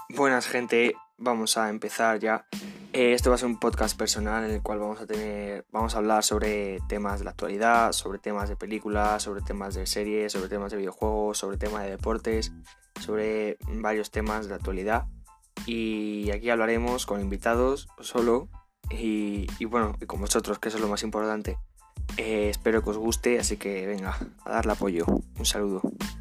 Buenas gente, vamos a empezar ya. Este va a ser un podcast personal en el cual vamos a hablar sobre temas de la actualidad, sobre temas de películas, sobre temas de series, sobre temas de videojuegos, sobre temas de deportes, sobre varios temas de la actualidad. Y aquí hablaremos con invitados solo y con vosotros, que eso es lo más importante. Espero que os guste, así que venga, a darle apoyo. Un saludo.